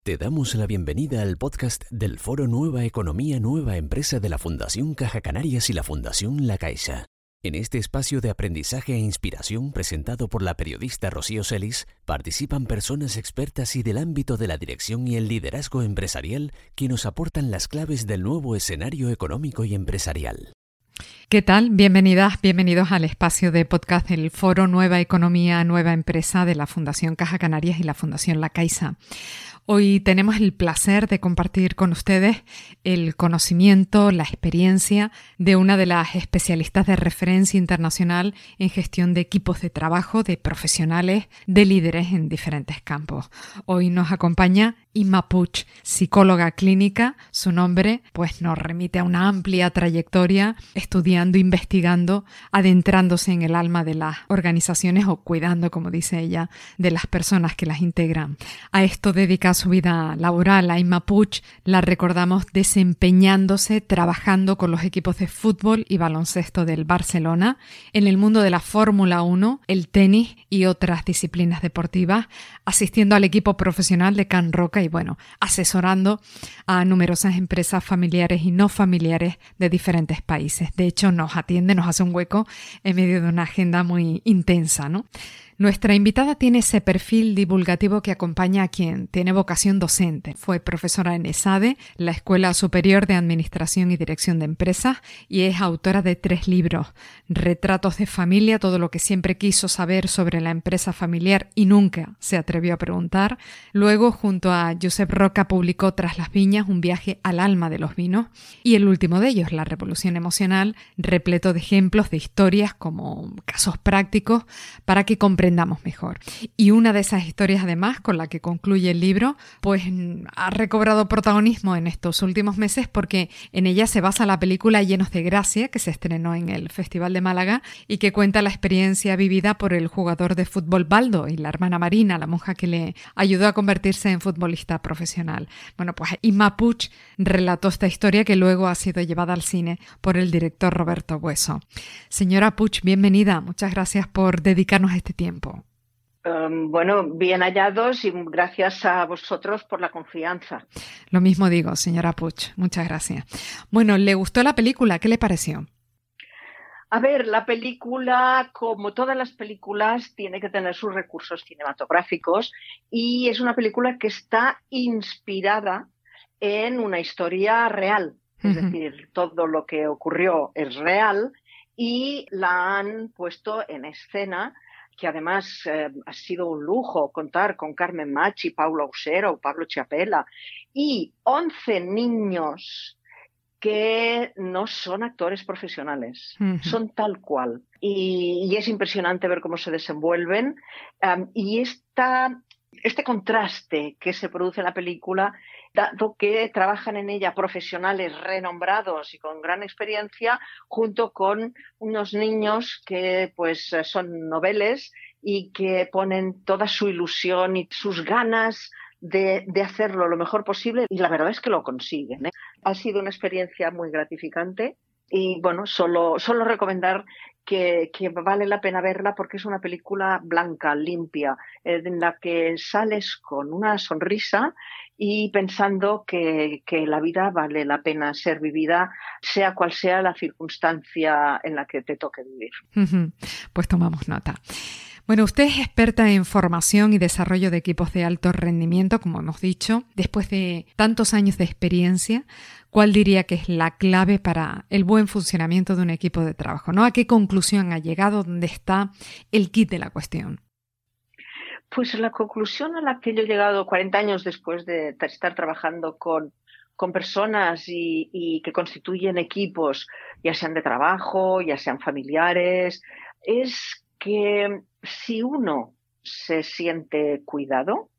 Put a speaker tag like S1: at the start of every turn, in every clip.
S1: Te damos la bienvenida al podcast del Foro Nueva Economía Nueva Empresa de la Fundación Caja Canarias y la Fundación La Caixa. En este espacio de aprendizaje e inspiración presentado por la periodista Rocío Celis, participan personas expertas y del ámbito de la dirección y el liderazgo empresarial que nos aportan las claves del nuevo escenario económico y empresarial.
S2: ¿Qué tal? Bienvenidas, bienvenidos al espacio de podcast del Foro Nueva Economía Nueva Empresa de la Fundación Caja Canarias y la Fundación La Caixa. Hoy tenemos el placer de compartir con ustedes el conocimiento, la experiencia de una de las especialistas de referencia internacional en gestión de equipos de trabajo, de profesionales, de líderes en diferentes campos. Hoy nos acompaña Inma Puig, psicóloga clínica. Su nombre pues nos remite a una amplia trayectoria estudiando, investigando, adentrándose en el alma de las organizaciones o cuidando, como dice ella, de las personas que las integran. A esto dedica su vida laboral. A Inma Puig la recordamos desempeñándose, trabajando con los equipos de fútbol y baloncesto del Barcelona, en el mundo de la Fórmula 1, el tenis y otras disciplinas deportivas, asistiendo al equipo profesional de Can Roca y asesorando a numerosas empresas familiares y no familiares de diferentes países. De hecho, nos atiende, nos hace un hueco en medio de una agenda muy intensa, ¿no? Nuestra invitada tiene ese perfil divulgativo que acompaña a quien tiene vocación docente. Fue profesora en ESADE, la Escuela Superior de Administración y Dirección de Empresas, y es autora de 3 libros: Retratos de familia, todo lo que siempre quiso saber sobre la empresa familiar y nunca se atrevió a preguntar. Luego, junto a Josep Roca, publicó Tras las viñas, un viaje al alma de los vinos. Y el último de ellos, La revolución emocional, repleto de ejemplos, de historias como casos prácticos para que comprendamos mejor. Y una de esas historias, además, con la que concluye el libro, pues ha recobrado protagonismo en estos últimos meses porque en ella se basa la película Llenos de Gracia, que se estrenó en el Festival de Málaga y que cuenta la experiencia vivida por el jugador de fútbol Baldo y la hermana Marina, la monja que le ayudó a convertirse en futbolista profesional. Bueno, pues Inma Puig relató esta historia que luego ha sido llevada al cine por el director Roberto Bueso. Señora Puig, bienvenida. Muchas gracias por dedicarnos este tiempo.
S3: Bueno, bien hallados y gracias a vosotros por la confianza.
S2: Lo mismo digo, señora Puig. Muchas gracias. Bueno, ¿le gustó la película? ¿Qué le pareció?
S3: A ver, la película, como todas las películas, tiene que tener sus recursos cinematográficos y es una película que está inspirada en una historia real. Es decir, todo lo que ocurrió es real y la han puesto en escena, que además ha sido un lujo contar con Carmen Machi, Paula Usero, Pablo Chiapella y 11 niños que no son actores profesionales, son tal cual. Y es impresionante ver cómo se desenvuelven. Y este contraste que se produce en la película, dado que trabajan en ella profesionales renombrados y con gran experiencia, junto con unos niños que pues son noveles y que ponen toda su ilusión y sus ganas de hacerlo lo mejor posible, y la verdad es que lo consiguen, ¿eh? Ha sido una experiencia muy gratificante y bueno, solo recomendar que vale la pena verla porque es una película blanca, limpia, en la que sales con una sonrisa y pensando que la vida vale la pena ser vivida, sea cual sea la circunstancia en la que te toque vivir.
S2: Pues tomamos nota. Bueno, usted es experta en formación y desarrollo de equipos de alto rendimiento, como hemos dicho. Después de tantos años de experiencia, ¿cuál diría que es la clave para el buen funcionamiento de un equipo de trabajo, ¿no? ¿A qué conclusión ha llegado? ¿Dónde está el quid de la cuestión?
S3: Pues la conclusión a la que yo he llegado 40 años después de estar trabajando con personas y que constituyen equipos, ya sean de trabajo, ya sean familiares, es que si uno se siente cuidado,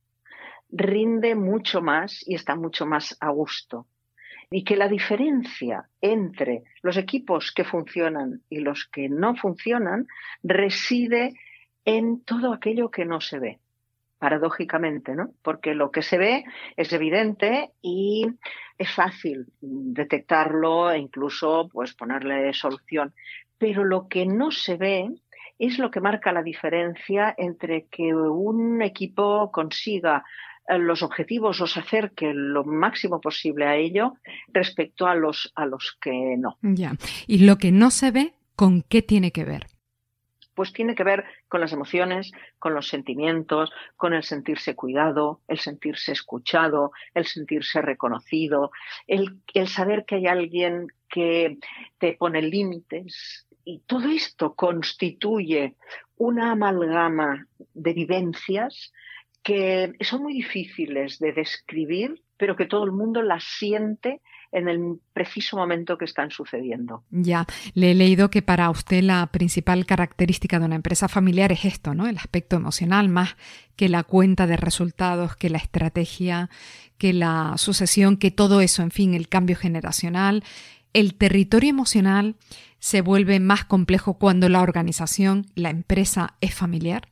S3: rinde mucho más y está mucho más a gusto. Y que la diferencia entre los equipos que funcionan y los que no funcionan reside en todo aquello que no se ve, paradójicamente, ¿no? Porque lo que se ve es evidente y es fácil detectarlo e incluso pues ponerle solución. Pero lo que no se ve es lo que marca la diferencia entre que un equipo consiga los objetivos o se acerque lo máximo posible a ello respecto a los que no.
S2: Ya. Y lo que no se ve, ¿con qué tiene que ver?
S3: Pues tiene que ver con las emociones, con los sentimientos, con el sentirse cuidado, el sentirse escuchado, el sentirse reconocido, el saber que hay alguien que te pone límites. Y todo esto constituye una amalgama de vivencias que son muy difíciles de describir, pero que todo el mundo las siente en el preciso momento que están sucediendo.
S2: Ya, le he leído que para usted la principal característica de una empresa familiar es esto, ¿no? El aspecto emocional, más que la cuenta de resultados, que la estrategia, que la sucesión, que todo eso, en fin, el cambio generacional. El territorio emocional se vuelve más complejo cuando la organización, la empresa, es familiar.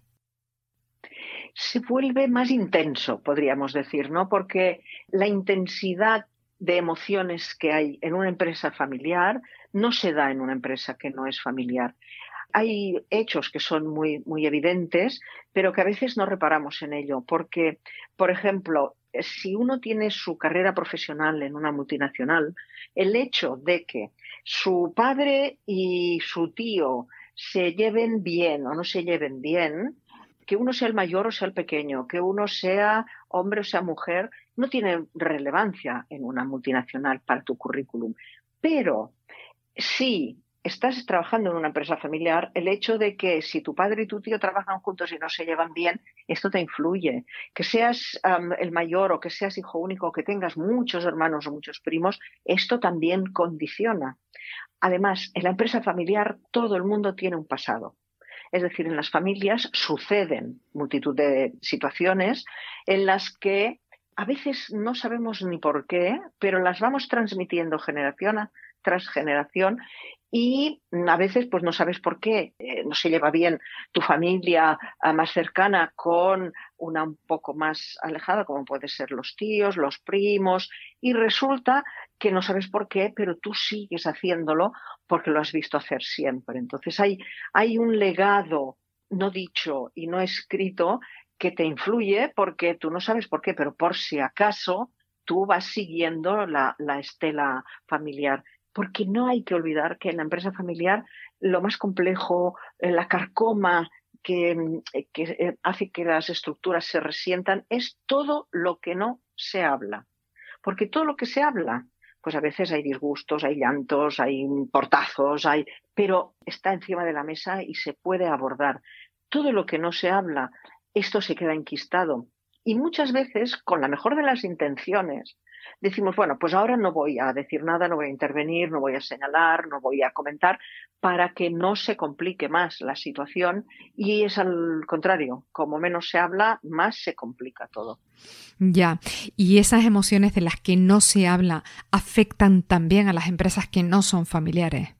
S3: Se vuelve más intenso, podríamos decir, ¿no? Porque la intensidad de emociones que hay en una empresa familiar no se da en una empresa que no es familiar. Hay hechos que son muy, muy evidentes, pero que a veces no reparamos en ello, porque, por ejemplo, si uno tiene su carrera profesional en una multinacional, el hecho de que su padre y su tío se lleven bien o no se lleven bien, que uno sea el mayor o sea el pequeño, que uno sea hombre o sea mujer, no tiene relevancia en una multinacional para tu currículum. Pero si estás trabajando en una empresa familiar, el hecho de que si tu padre y tu tío trabajan juntos y no se llevan bien, esto te influye. Que seas el mayor o que seas hijo único o que tengas muchos hermanos o muchos primos, esto también condiciona. Además, en la empresa familiar todo el mundo tiene un pasado. Es decir, en las familias suceden multitud de situaciones en las que a veces no sabemos ni por qué, pero las vamos transmitiendo generación tras generación y a veces pues no sabes por qué. No se lleva bien tu familia más cercana con una un poco más alejada, como pueden ser los tíos, los primos, y resulta que no sabes por qué, pero tú sigues haciéndolo porque lo has visto hacer siempre. Entonces hay un legado no dicho y no escrito que te influye porque tú no sabes por qué, pero por si acaso tú vas siguiendo la estela familiar. Porque no hay que olvidar que en la empresa familiar lo más complejo, la carcoma que hace que las estructuras se resientan, es todo lo que no se habla. Porque todo lo que se habla, pues a veces hay disgustos, hay llantos, hay portazos, pero está encima de la mesa y se puede abordar. Todo lo que no se habla, esto se queda enquistado. Y muchas veces, con la mejor de las intenciones, decimos, bueno, pues ahora no voy a decir nada, no voy a intervenir, no voy a señalar, no voy a comentar, para que no se complique más la situación. Y es al contrario, como menos se habla, más se complica todo.
S2: Ya, y esas emociones de las que no se habla afectan también a las empresas que no son familiares.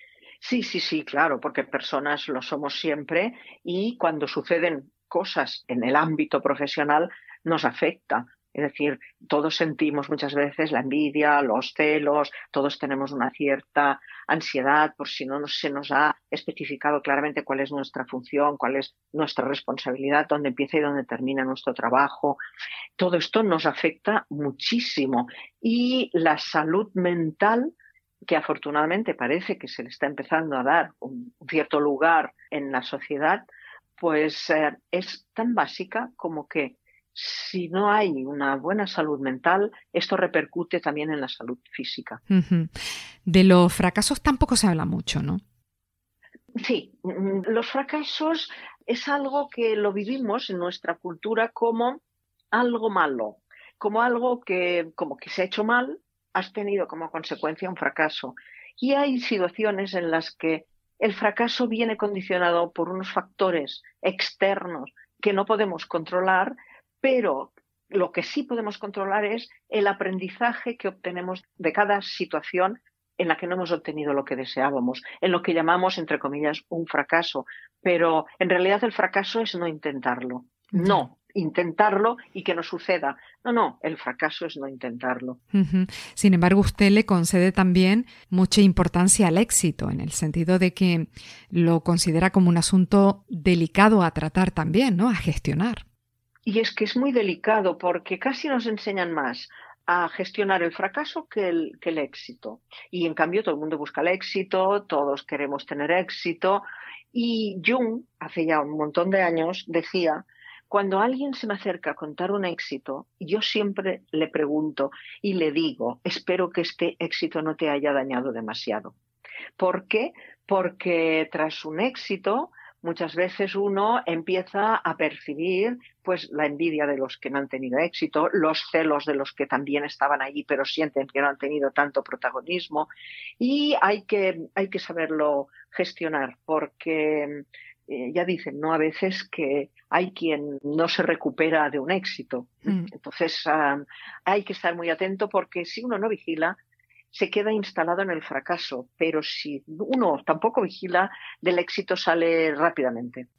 S3: Sí, claro, porque personas lo somos siempre y cuando suceden cosas en el ámbito profesional nos afecta. Es decir, todos sentimos muchas veces la envidia, los celos, todos tenemos una cierta ansiedad por si no se nos ha especificado claramente cuál es nuestra función, cuál es nuestra responsabilidad, dónde empieza y dónde termina nuestro trabajo. Todo esto nos afecta muchísimo y la salud mental, que afortunadamente parece que se le está empezando a dar un cierto lugar en la sociedad, pues es tan básica como que si no hay una buena salud mental, esto repercute también en la salud física.
S2: Uh-huh. De los fracasos tampoco se habla mucho, ¿no?
S3: Sí, los fracasos es algo que lo vivimos en nuestra cultura como algo malo, como algo que se ha hecho mal, has tenido como consecuencia un fracaso. Y hay situaciones en las que el fracaso viene condicionado por unos factores externos que no podemos controlar, pero lo que sí podemos controlar es el aprendizaje que obtenemos de cada situación en la que no hemos obtenido lo que deseábamos, en lo que llamamos, entre comillas, un fracaso. Pero en realidad el fracaso es no intentarlo. No intentarlo y que no suceda. No, el fracaso es no intentarlo.
S2: Uh-huh. Sin embargo, usted le concede también mucha importancia al éxito, en el sentido de que lo considera como un asunto delicado a tratar también, ¿no? A gestionar.
S3: Y es que es muy delicado porque casi nos enseñan más a gestionar el fracaso que el éxito. Y en cambio todo el mundo busca el éxito, todos queremos tener éxito. Y Jung, hace ya un montón de años, decía, cuando alguien se me acerca a contar un éxito, yo siempre le pregunto y le digo, espero que este éxito no te haya dañado demasiado. ¿Por qué? Porque tras un éxito muchas veces uno empieza a percibir pues la envidia de los que no han tenido éxito, los celos de los que también estaban allí pero sienten que no han tenido tanto protagonismo y hay que saberlo gestionar porque ya dicen, ¿no? A veces que hay quien no se recupera de un éxito. Entonces hay que estar muy atento porque si uno no vigila, se queda instalado en el fracaso, pero si uno tampoco vigila, del éxito sale rápidamente.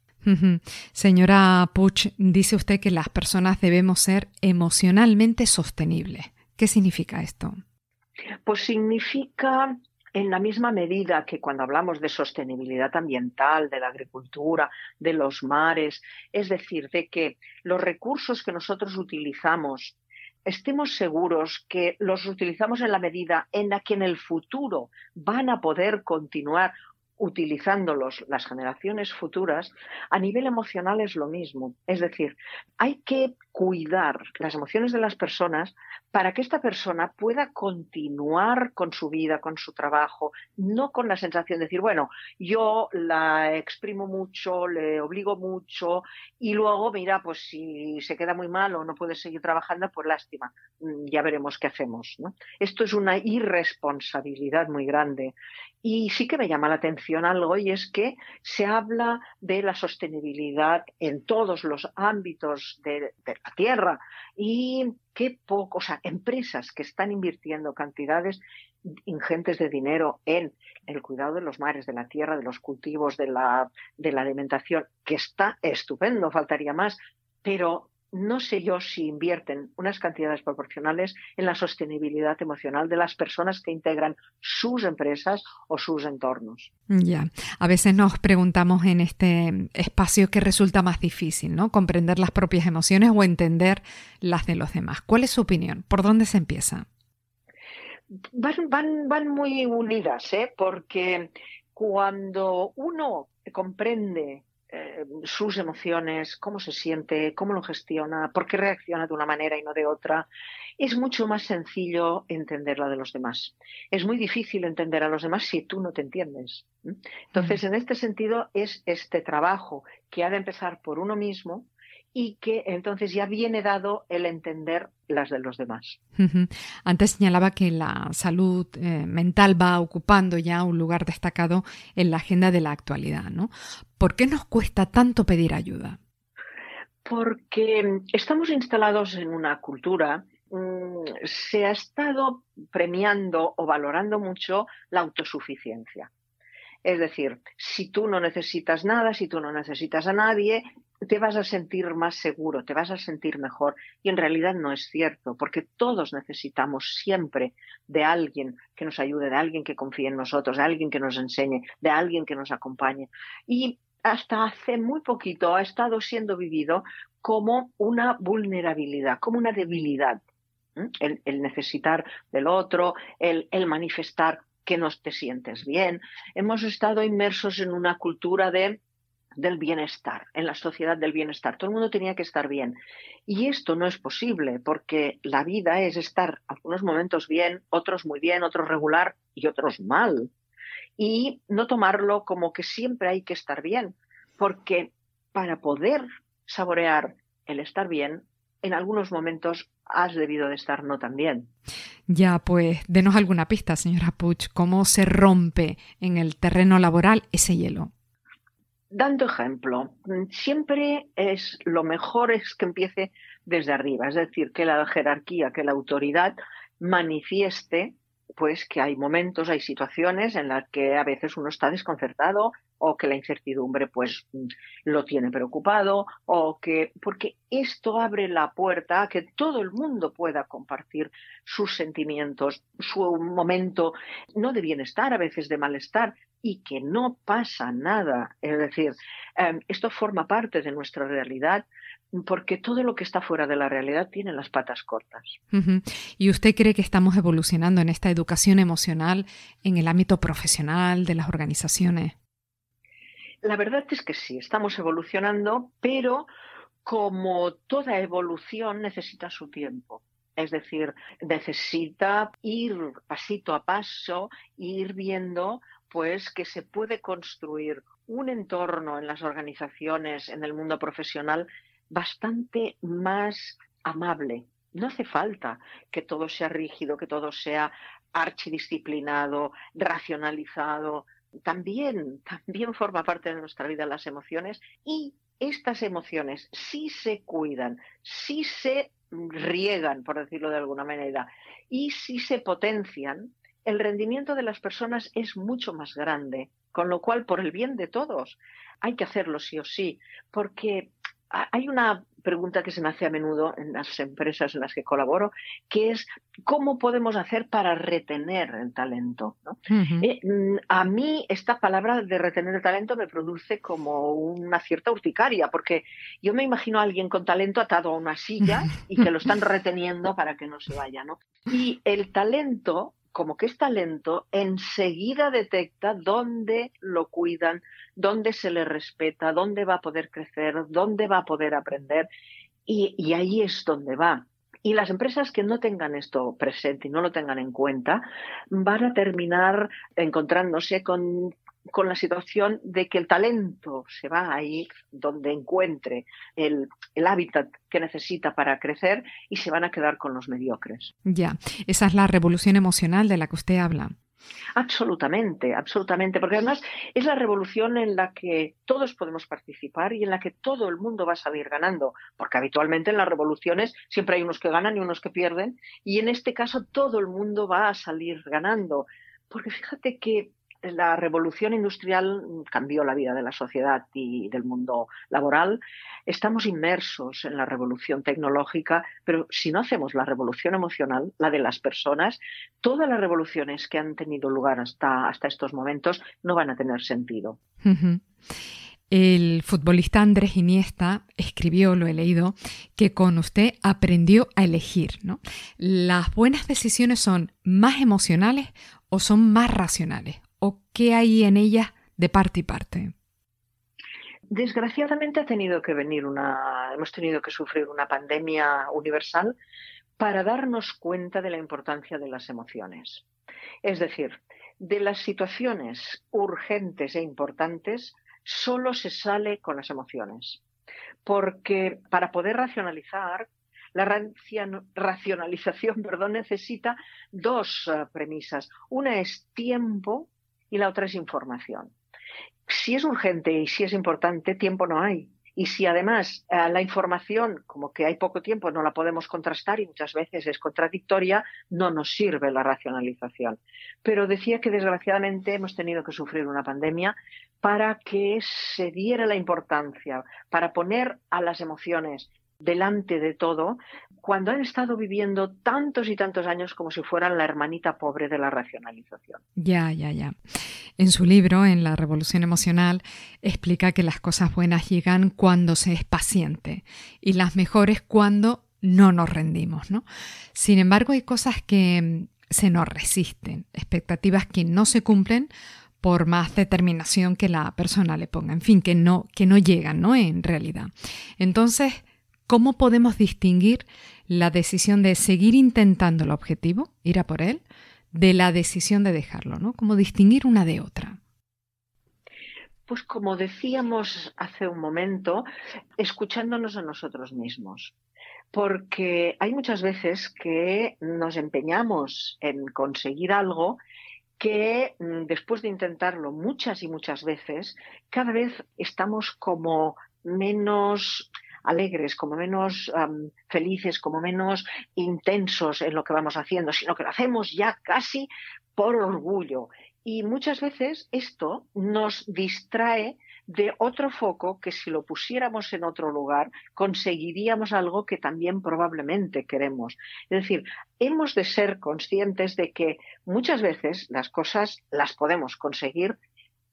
S2: Señora Puig, dice usted que las personas debemos ser emocionalmente sostenibles. ¿Qué significa esto?
S3: Pues significa, en la misma medida que cuando hablamos de sostenibilidad ambiental, de la agricultura, de los mares, es decir, de que los recursos que nosotros utilizamos estemos seguros que los utilizamos en la medida en la que en el futuro van a poder continuar utilizándolos las generaciones futuras, a nivel emocional es lo mismo. Es decir, hay que cuidar las emociones de las personas para que esta persona pueda continuar con su vida, con su trabajo, no con la sensación de decir, bueno, yo la exprimo mucho, le obligo mucho y luego, mira, pues si se queda muy mal o no puede seguir trabajando, pues lástima, ya veremos qué hacemos, ¿no? Esto es una irresponsabilidad muy grande. Y sí que me llama la atención algo y es que se habla de la sostenibilidad en todos los ámbitos de la tierra y qué poco, o sea, empresas que están invirtiendo cantidades ingentes de dinero en el cuidado de los mares, de la tierra, de los cultivos, de la alimentación, que está estupendo, faltaría más, pero no sé yo si invierten unas cantidades proporcionales en la sostenibilidad emocional de las personas que integran sus empresas o sus entornos.
S2: Ya, a veces nos preguntamos en este espacio qué resulta más difícil, ¿no? Comprender las propias emociones o entender las de los demás. ¿Cuál es su opinión? ¿Por dónde se empieza?
S3: Van muy unidas, porque cuando uno comprende sus emociones, cómo se siente, cómo lo gestiona, por qué reacciona de una manera y no de otra, es mucho más sencillo entender la de los demás. Es muy difícil entender a los demás si tú no te entiendes. Entonces, en este sentido, es este trabajo que ha de empezar por uno mismo y que entonces ya viene dado el entender las de los demás.
S2: Antes señalaba que la salud mental va ocupando ya un lugar destacado en la agenda de la actualidad, ¿no? ¿Por qué nos cuesta tanto pedir ayuda?
S3: Porque estamos instalados en una cultura, se ha estado premiando o valorando mucho la autosuficiencia. Es decir, si tú no necesitas nada, si tú no necesitas a nadie, te vas a sentir más seguro, te vas a sentir mejor. Y en realidad no es cierto, porque todos necesitamos siempre de alguien que nos ayude, de alguien que confíe en nosotros, de alguien que nos enseñe, de alguien que nos acompañe. Y hasta hace muy poquito ha estado siendo vivido como una vulnerabilidad, como una debilidad. El necesitar del otro, el manifestar que no te sientes bien. Hemos estado inmersos en una cultura del bienestar, en la sociedad del bienestar. Todo el mundo tenía que estar bien. Y esto no es posible porque la vida es estar algunos momentos bien, otros muy bien, otros regular y otros mal. Y no tomarlo como que siempre hay que estar bien, porque para poder saborear el estar bien, en algunos momentos has debido de estar no tan bien.
S2: Ya, pues, denos alguna pista, señora Puig. ¿Cómo se rompe en el terreno laboral ese hielo?
S3: Dando ejemplo, siempre lo mejor es que empiece desde arriba, es decir, que la jerarquía, que la autoridad manifieste pues que hay momentos, hay situaciones en las que a veces uno está desconcertado o que la incertidumbre pues lo tiene preocupado porque esto abre la puerta a que todo el mundo pueda compartir sus sentimientos, su momento no de bienestar, a veces de malestar y que no pasa nada. Es decir, esto forma parte de nuestra realidad porque todo lo que está fuera de la realidad tiene las patas cortas.
S2: Uh-huh. ¿Y usted cree que estamos evolucionando en esta educación emocional en el ámbito profesional de las organizaciones?
S3: La verdad es que sí, estamos evolucionando, pero como toda evolución necesita su tiempo. Es decir, necesita ir pasito a paso, ir viendo pues que se puede construir un entorno en las organizaciones, en el mundo profesional, bastante más amable. No hace falta que todo sea rígido, que todo sea archidisciplinado, racionalizado. También forma parte de nuestra vida las emociones, y estas emociones, si se cuidan, si se riegan, por decirlo de alguna manera, y si se potencian, el rendimiento de las personas es mucho más grande, con lo cual, por el bien de todos, hay que hacerlo sí o sí, porque hay una pregunta que se me hace a menudo en las empresas en las que colaboro, que es ¿cómo podemos hacer para retener el talento? ¿No?
S2: Uh-huh.
S3: A mí esta palabra de retener el talento me produce como una cierta urticaria, porque yo me imagino a alguien con talento atado a una silla y que lo están reteniendo para que no se vaya, ¿no? Y el talento, como que es talento, enseguida detecta dónde lo cuidan, dónde se le respeta, dónde va a poder crecer, dónde va a poder aprender, y ahí es donde va. Y las empresas que no tengan esto presente y no lo tengan en cuenta van a terminar encontrándose con la situación de que el talento se va a ir donde encuentre el hábitat que necesita para crecer y se van a quedar con los mediocres.
S2: Ya, esa es la revolución emocional de la que usted habla.
S3: Absolutamente, absolutamente, porque además es la revolución en la que todos podemos participar y en la que todo el mundo va a salir ganando, porque habitualmente en las revoluciones siempre hay unos que ganan y unos que pierden, y en este caso todo el mundo va a salir ganando, porque fíjate que la revolución industrial cambió la vida de la sociedad y del mundo laboral. Estamos inmersos en la revolución tecnológica, pero si no hacemos la revolución emocional, la de las personas, todas las revoluciones que han tenido lugar hasta estos momentos no van a tener sentido.
S2: Uh-huh. El futbolista Andrés Iniesta escribió, lo he leído, que con usted aprendió a elegir, ¿no? ¿Las buenas decisiones son más emocionales o son más racionales? ¿O qué hay en ellas de parte y parte?
S3: Desgraciadamente hemos tenido que sufrir una pandemia universal para darnos cuenta de la importancia de las emociones. Es decir, de las situaciones urgentes e importantes solo se sale con las emociones. Porque para poder racionalizar, la racionalización necesita dos premisas. Una es tiempo y la otra es información. Si es urgente y si es importante, tiempo no hay. Y si además la información, como que hay poco tiempo, no la podemos contrastar y muchas veces es contradictoria, no nos sirve la racionalización. Pero decía que desgraciadamente hemos tenido que sufrir una pandemia para que se diera la importancia, para poner a las emociones delante de todo, cuando han estado viviendo tantos y tantos años como si fueran la hermanita pobre de la racionalización.
S2: Ya. En su libro, en La Revolución Emocional, explica que las cosas buenas llegan cuando se es paciente y las mejores cuando no nos rendimos, ¿no? Sin embargo, hay cosas que se nos resisten, expectativas que no se cumplen por más determinación que la persona le ponga, en fin, que no llegan, ¿no? En realidad. Entonces, ¿cómo podemos distinguir la decisión de seguir intentando el objetivo, ir a por él, de la decisión de dejarlo, ¿no? ¿Cómo distinguir una de otra?
S3: Pues como decíamos hace un momento, escuchándonos a nosotros mismos. Porque hay muchas veces que nos empeñamos en conseguir algo que después de intentarlo muchas y muchas veces, cada vez estamos como menos alegres, como menos felices, como menos intensos en lo que vamos haciendo, sino que lo hacemos ya casi por orgullo. Y muchas veces esto nos distrae de otro foco que si lo pusiéramos en otro lugar conseguiríamos algo que también probablemente queremos. Es decir, hemos de ser conscientes de que muchas veces las cosas las podemos conseguir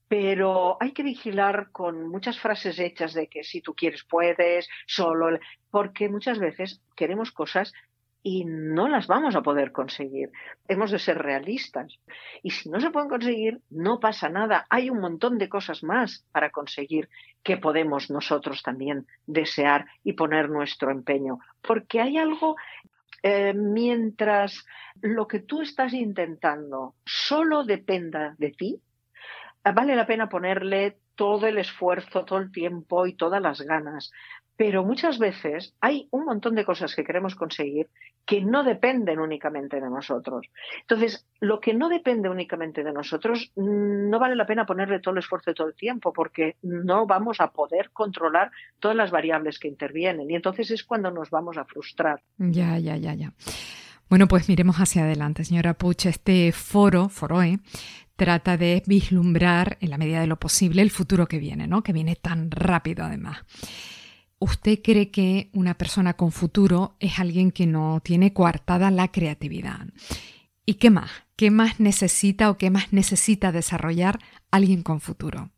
S3: pero hay que vigilar con muchas frases hechas de que si tú quieres puedes, solo, porque muchas veces queremos cosas y no las vamos a poder conseguir. Hemos de ser realistas. Y si no se pueden conseguir, no pasa nada. Hay un montón de cosas más para conseguir que podemos nosotros también desear y poner nuestro empeño. Porque hay algo, mientras lo que tú estás intentando solo dependa de ti, vale la pena ponerle todo el esfuerzo, todo el tiempo y todas las ganas. Pero muchas veces hay un montón de cosas que queremos conseguir que no dependen únicamente de nosotros. Entonces, lo que no depende únicamente de nosotros, no vale la pena ponerle todo el esfuerzo y todo el tiempo, porque no vamos a poder controlar todas las variables que intervienen. Y entonces es cuando nos vamos a frustrar.
S2: Ya. Bueno, pues miremos hacia adelante, señora Puig. Este foroe, trata de vislumbrar, en la medida de lo posible, el futuro que viene, ¿no? Que viene tan rápido, además. ¿Usted cree que una persona con futuro es alguien que no tiene coartada la creatividad? ¿Y qué más? ¿Qué más necesita o qué más necesita desarrollar alguien con futuro?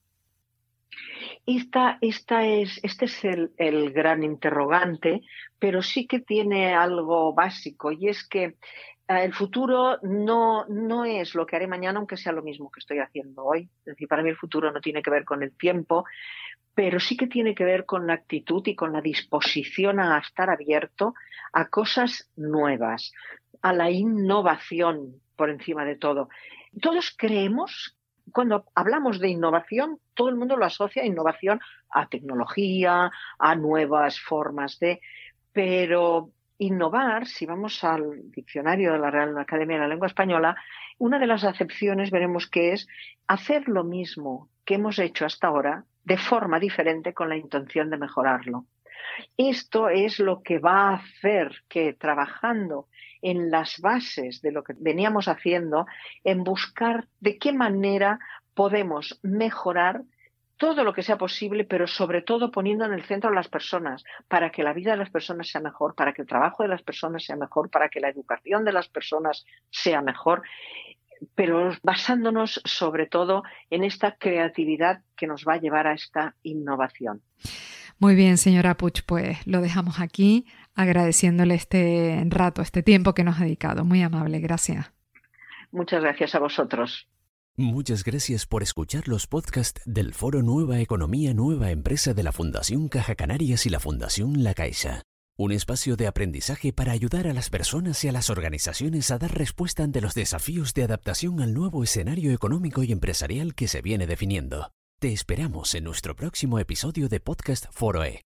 S3: Este es el gran interrogante, pero sí que tiene algo básico, y es que el futuro no es lo que haré mañana, aunque sea lo mismo que estoy haciendo hoy. Es decir, para mí el futuro no tiene que ver con el tiempo, pero sí que tiene que ver con la actitud y con la disposición a estar abierto a cosas nuevas, a la innovación por encima de todo. Todos creemos, cuando hablamos de innovación, todo el mundo lo asocia a innovación, a tecnología, a nuevas formas de... Pero innovar, si vamos al diccionario de la Real Academia de la Lengua Española, una de las acepciones veremos que es hacer lo mismo que hemos hecho hasta ahora de forma diferente con la intención de mejorarlo. Esto es lo que va a hacer que, trabajando en las bases de lo que veníamos haciendo, en buscar de qué manera podemos mejorar todo lo que sea posible, pero sobre todo poniendo en el centro a las personas, para que la vida de las personas sea mejor, para que el trabajo de las personas sea mejor, para que la educación de las personas sea mejor, pero basándonos sobre todo en esta creatividad que nos va a llevar a esta innovación.
S2: Muy bien, señora Puig, pues lo dejamos aquí, agradeciéndole este rato, este tiempo que nos ha dedicado. Muy amable, gracias.
S3: Muchas gracias a vosotros.
S1: Muchas gracias por escuchar los podcasts del Foro Nueva Economía Nueva Empresa de la Fundación Caja Canarias y la Fundación La Caixa. Un espacio de aprendizaje para ayudar a las personas y a las organizaciones a dar respuesta ante los desafíos de adaptación al nuevo escenario económico y empresarial que se viene definiendo. Te esperamos en nuestro próximo episodio de Podcast Foroe.